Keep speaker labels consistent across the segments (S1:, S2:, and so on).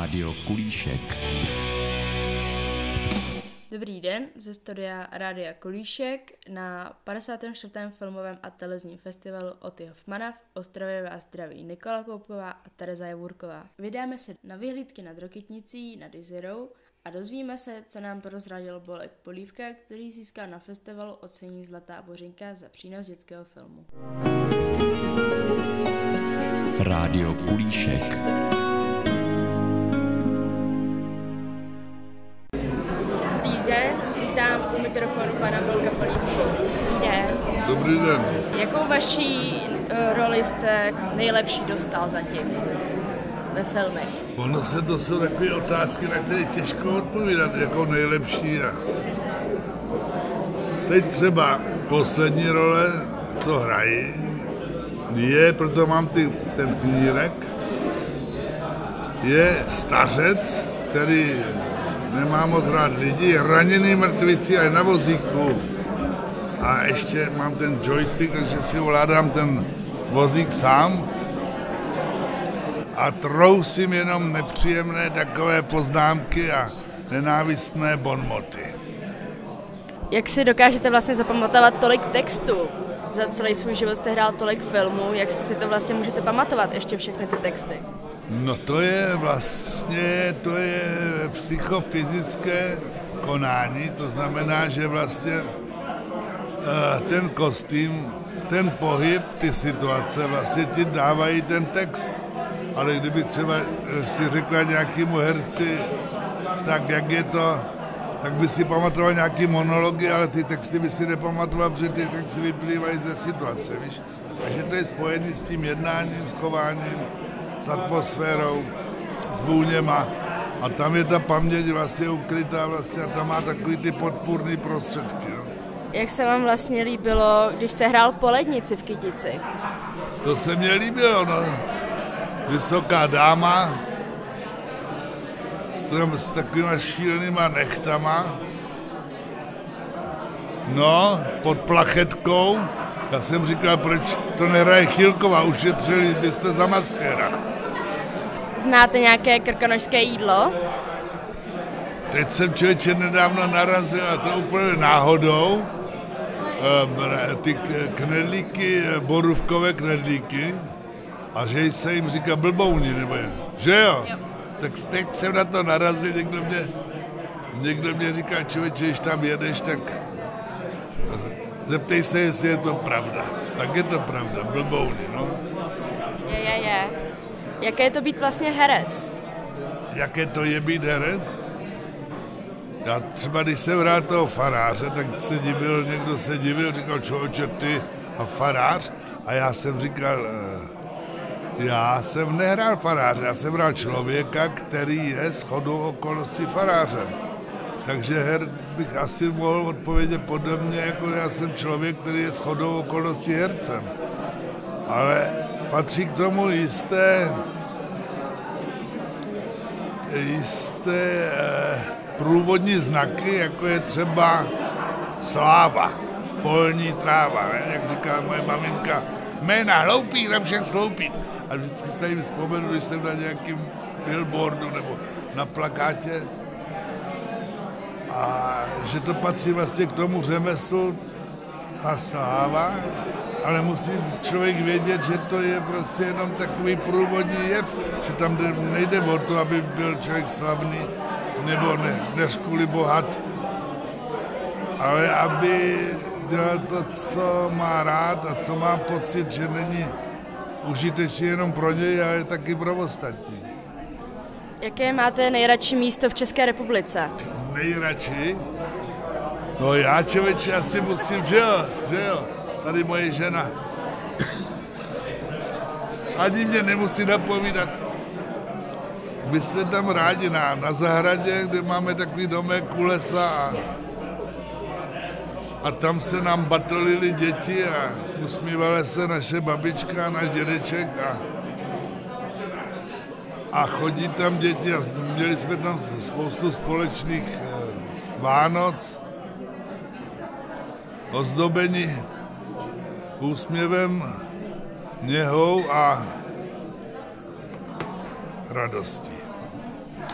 S1: Rádio Kulíšek.
S2: Dobrý den ze studia Rádia Kulíšek. Na 54. filmovém a televizním festivalu Oty Hoffmana v Ostravě vás zdraví Nikola Koupová a Tereza Javůrková. Vydáme se na vyhlídky nad Rokytnicí nad Jizerou a dozvíme se, co nám prozradil Bolek Polívka, který získal na festivalu ocenění Zlatá bořinka za přínos dětského filmu.
S1: Rádio Kulíšek.
S2: Vítám u mikrofonu pana Bolka Polívku. Dobrý den.
S3: Dobrý den.
S2: Jakou vaší roli jste nejlepší dostal zatím ve filmech?
S3: Ono se to jsou takové otázky, na které těžko odpovídat, jako nejlepší. A teď třeba poslední role, co hrají, je, proto mám ten knírek, je stařec, který nemá moc rád lidi, je raněný mrtvicí a je na vozíku. A ještě mám ten joystick, takže si ovládám ten vozík sám a trousím jenom nepříjemné takové poznámky a nenávistné bonmoty.
S2: Jak si dokážete vlastně zapamatovat tolik textů? Za celý svůj život jste hrál tolik filmů, jak si to vlastně můžete pamatovat, ještě všechny ty texty?
S3: No to je vlastně, psychofyzické konání, to znamená, že vlastně ten kostým, ten pohyb, ty situace vlastně ti dávají ten text. Ale kdyby třeba si řekla nějakému herci, tak jak je to, tak by si pamatoval nějaký monology, ale ty texty by si nepamatoval, protože ty texty vyplývají ze situace, víš? Takže to je spojené s tím jednáním, s chováním, s atmosférou, s vůněma. A tam je ta paměť vlastně ukrytá vlastně a tam má takový ty podpůrný prostředky. No.
S2: Jak se vám vlastně líbilo, když jste hrál po lednici v Kytici?
S3: To se mně líbilo, no. Vysoká dáma s takovýma šílenýma nechtama, no, pod plachetkou. Já jsem říkal, proč to nehraje Chilková, ušetřili byste za maskéra.
S2: Znáte nějaké krkonošské jídlo?
S3: Teď jsem člověče nedávno narazil, a to úplně náhodou, ty knedlíky, borůvkové knedlíky, a že se jim říká blbouni, nebo je, že jo? Tak teď jsem na to narazil, někdo mě říká, člověče, když tam jedeš, tak zeptej se, jestli je to pravda. Tak je to pravda, blbouny, no.
S2: Je. Jaké je to být vlastně herec?
S3: Jaké to je být herec? Já třeba, když jsem hrál toho faráře, tak někdo se divil, říkal, člověče, ty a farář? A já jsem říkal, já jsem nehrál faráře, já jsem hrál člověka, který je shodou okolností farářem. Takže bych asi mohl odpovědět podobně, jako já jsem člověk, který je shodou okolností hercem. Ale patří k tomu jisté průvodní znaky, jako je třeba sláva, polní tráva, ne? Jak říká moje maminka, jména hloupý, na všech sloupí. A vždycky se jim vzpomenu, když jsem na nějakém billboardu nebo na plakátě, a že to patří vlastně k tomu řemeslu ta sláva, ale musí člověk vědět, že to je prostě jenom takový průvodní jev, že tam nejde o to, aby byl člověk slavný nebo než kvůli bohat, ale aby dělal to, co má rád a co má pocit, že není užitečný jenom pro něj, ale taky pro ostatní.
S2: Jaké máte nejradši místo v České republice?
S3: Nejradši? No já, člověče, asi musím, že jo, tady moje žena. Ani mě nemusí napovídat. My jsme tam rádi na zahradě, kde máme takový domek u lesa a tam se nám batolili děti a usmívala se naše babička a náš dědeček a chodí tam děti a měli jsme tam spoustu společných Vánoc, ozdobení úsměvem, něhou a radostí.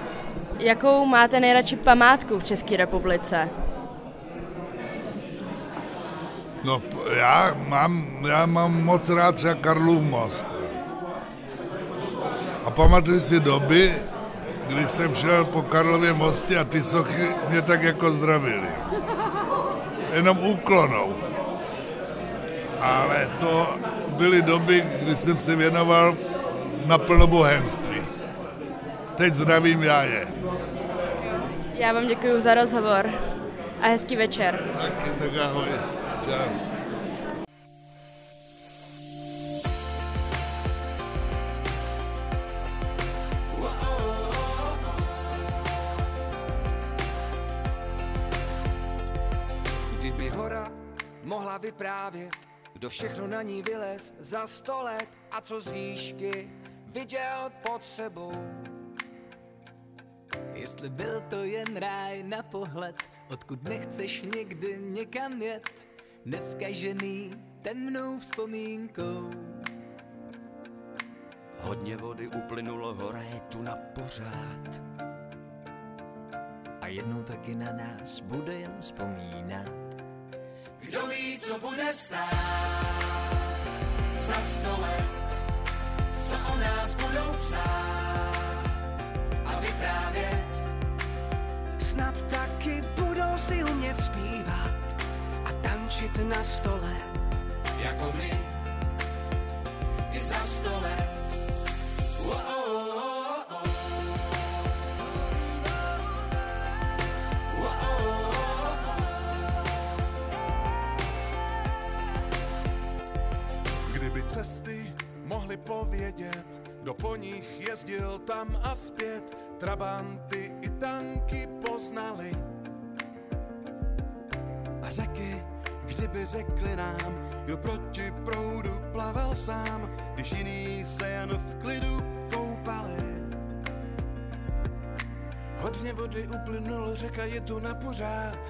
S2: Jakou máte nejradši památku v České republice?
S3: No, já mám moc rád třeba Karlův most. A pamatuju si doby, kdy jsem šel po Karlově mostě a ty sochy mě tak jako zdravili. Jenom úklonou. Ale to byly doby, kdy jsem se věnoval naplno bohemství. Teď zdravím já je.
S2: Já vám děkuji za rozhovor a hezký večer.
S3: Taky, tak ahoj. Čau.
S4: Kdyby hora mohla vyprávět, kdo všechno na ní vylez za 100 let a co z výšky viděl pod sebou.
S5: Jestli byl to jen ráj na pohled, odkud nechceš nikdy někam jet, neskažený temnou vzpomínkou.
S1: Hodně vody uplynulo, hora je tu na pořád.
S5: A jednou taky na nás bude jen vzpomínat.
S4: Kdo ví, co bude stát za 100 let, co o nás budou psát a vyprávět.
S5: Snad taky budou si umět zpívat a tančit na stole.
S4: Jako my i za 100 let.
S6: Kdyby cesty mohli povědět, kdo po nich jezdil tam a zpět, trabanty i tanky poznali. A řeky, kdyby řekli nám, kdo proti proudu plaval sám, když jiný se jen v klidu koupali.
S7: Hodně vody uplynulo, řeka je tu na pořád.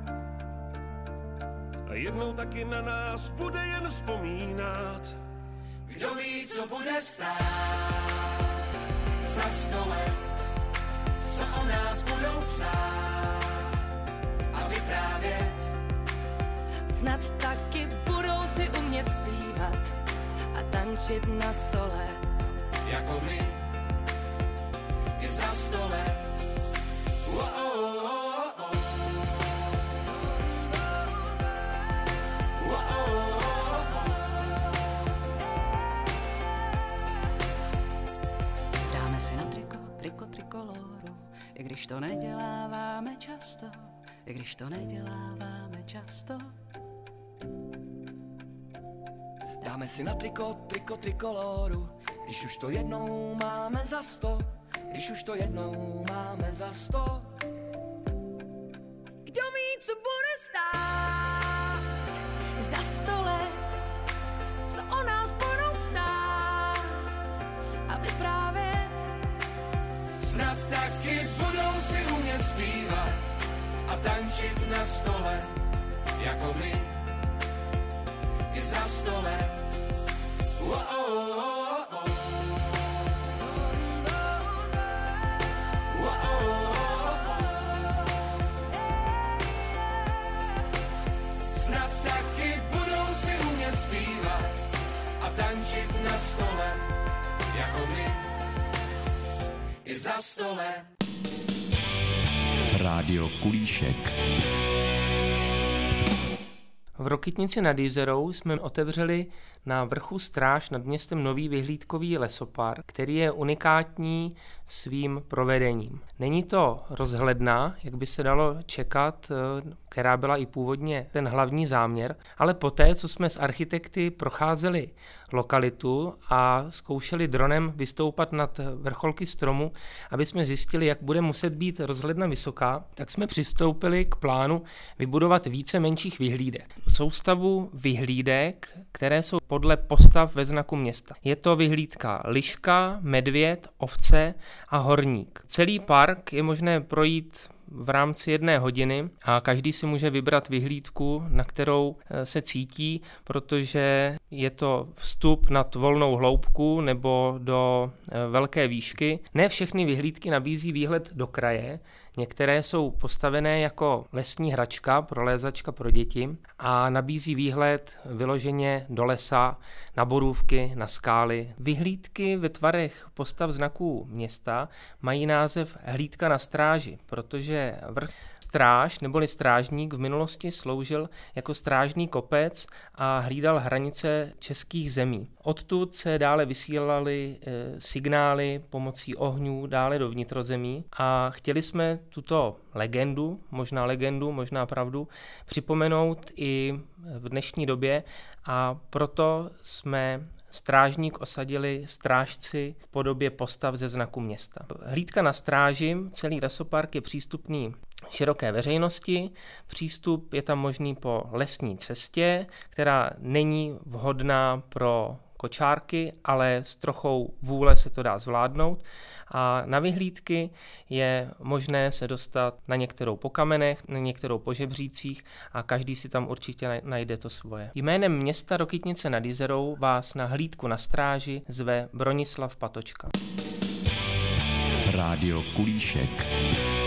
S7: A jednou taky na nás bude jen vzpomínat.
S4: Kdo ví, co bude stát za 100 let, co o nás budou psát a vyprávět.
S8: Snad taky budou si umět zpívat a tančit na stole.
S4: Jako my i za 100 let.
S9: Dáme si na triko trikoloru, i když to neděláváme často, i když to neděláváme často.
S5: Dáme si na triko trikoloru, když už to jednou máme za 100, když už to jednou máme za 100.
S8: Kdo ví, co bude stát za 100 let, co o nás budou psát a vyprávět.
S4: Snad taky budou si umět zpívat a tančit na stole, jako my i za 100 let. Snad taky budou si umět zpívat a tančit na stole, jako my i za 100 let.
S1: Rádio Kulíšek.
S10: V Rokytnici nad Jizerou jsme otevřeli na vrchu Stráž nad městem nový vyhlídkový lesopark, který je unikátní svým provedením. Není to rozhledna, jak by se dalo čekat, která byla i původně ten hlavní záměr, ale poté, co jsme s architekty procházeli lokalitu a zkoušeli dronem vystoupat nad vrcholky stromu, aby jsme zjistili, jak bude muset být rozhledna vysoká, tak jsme přistoupili k plánu vybudovat více menších vyhlídek. Soustavu vyhlídek, které jsou podle postav ve znaku města. Je to vyhlídka liška, medvěd, ovce a horník. Celý park je možné projít v rámci 1 hodiny a každý si může vybrat vyhlídku, na kterou se cítí, protože je to vstup nad volnou hloubku nebo do velké výšky. Ne všechny vyhlídky nabízí výhled do kraje, některé jsou postavené jako lesní hračka, prolézačka pro děti a nabízí výhled vyloženě do lesa, na borůvky, na skály. Vyhlídky ve tvarech postav znaků města mají název Hlídka na stráži, protože vrch Stráž neboli strážník v minulosti sloužil jako strážný kopec a hlídal hranice českých zemí. Odtud se dále vysílaly signály pomocí ohňů dále do vnitrozemí a chtěli jsme tuto legendu, možná pravdu, připomenout i v dnešní době a proto jsme strážník osadili strážci v podobě postav ze znaku města. Hlídka na stráži, celý lesopark je přístupný široké veřejnosti. Přístup je tam možný po lesní cestě, která není vhodná pro kočárky, ale s trochou vůle se to dá zvládnout. A na vyhlídky je možné se dostat na některou po kamenech, na některou po žebřících a každý si tam určitě najde to svoje. Jménem města Rokytnice nad Jizerou vás na hlídku na stráži zve Bronislav Patočka.
S1: Rádio Kulíšek.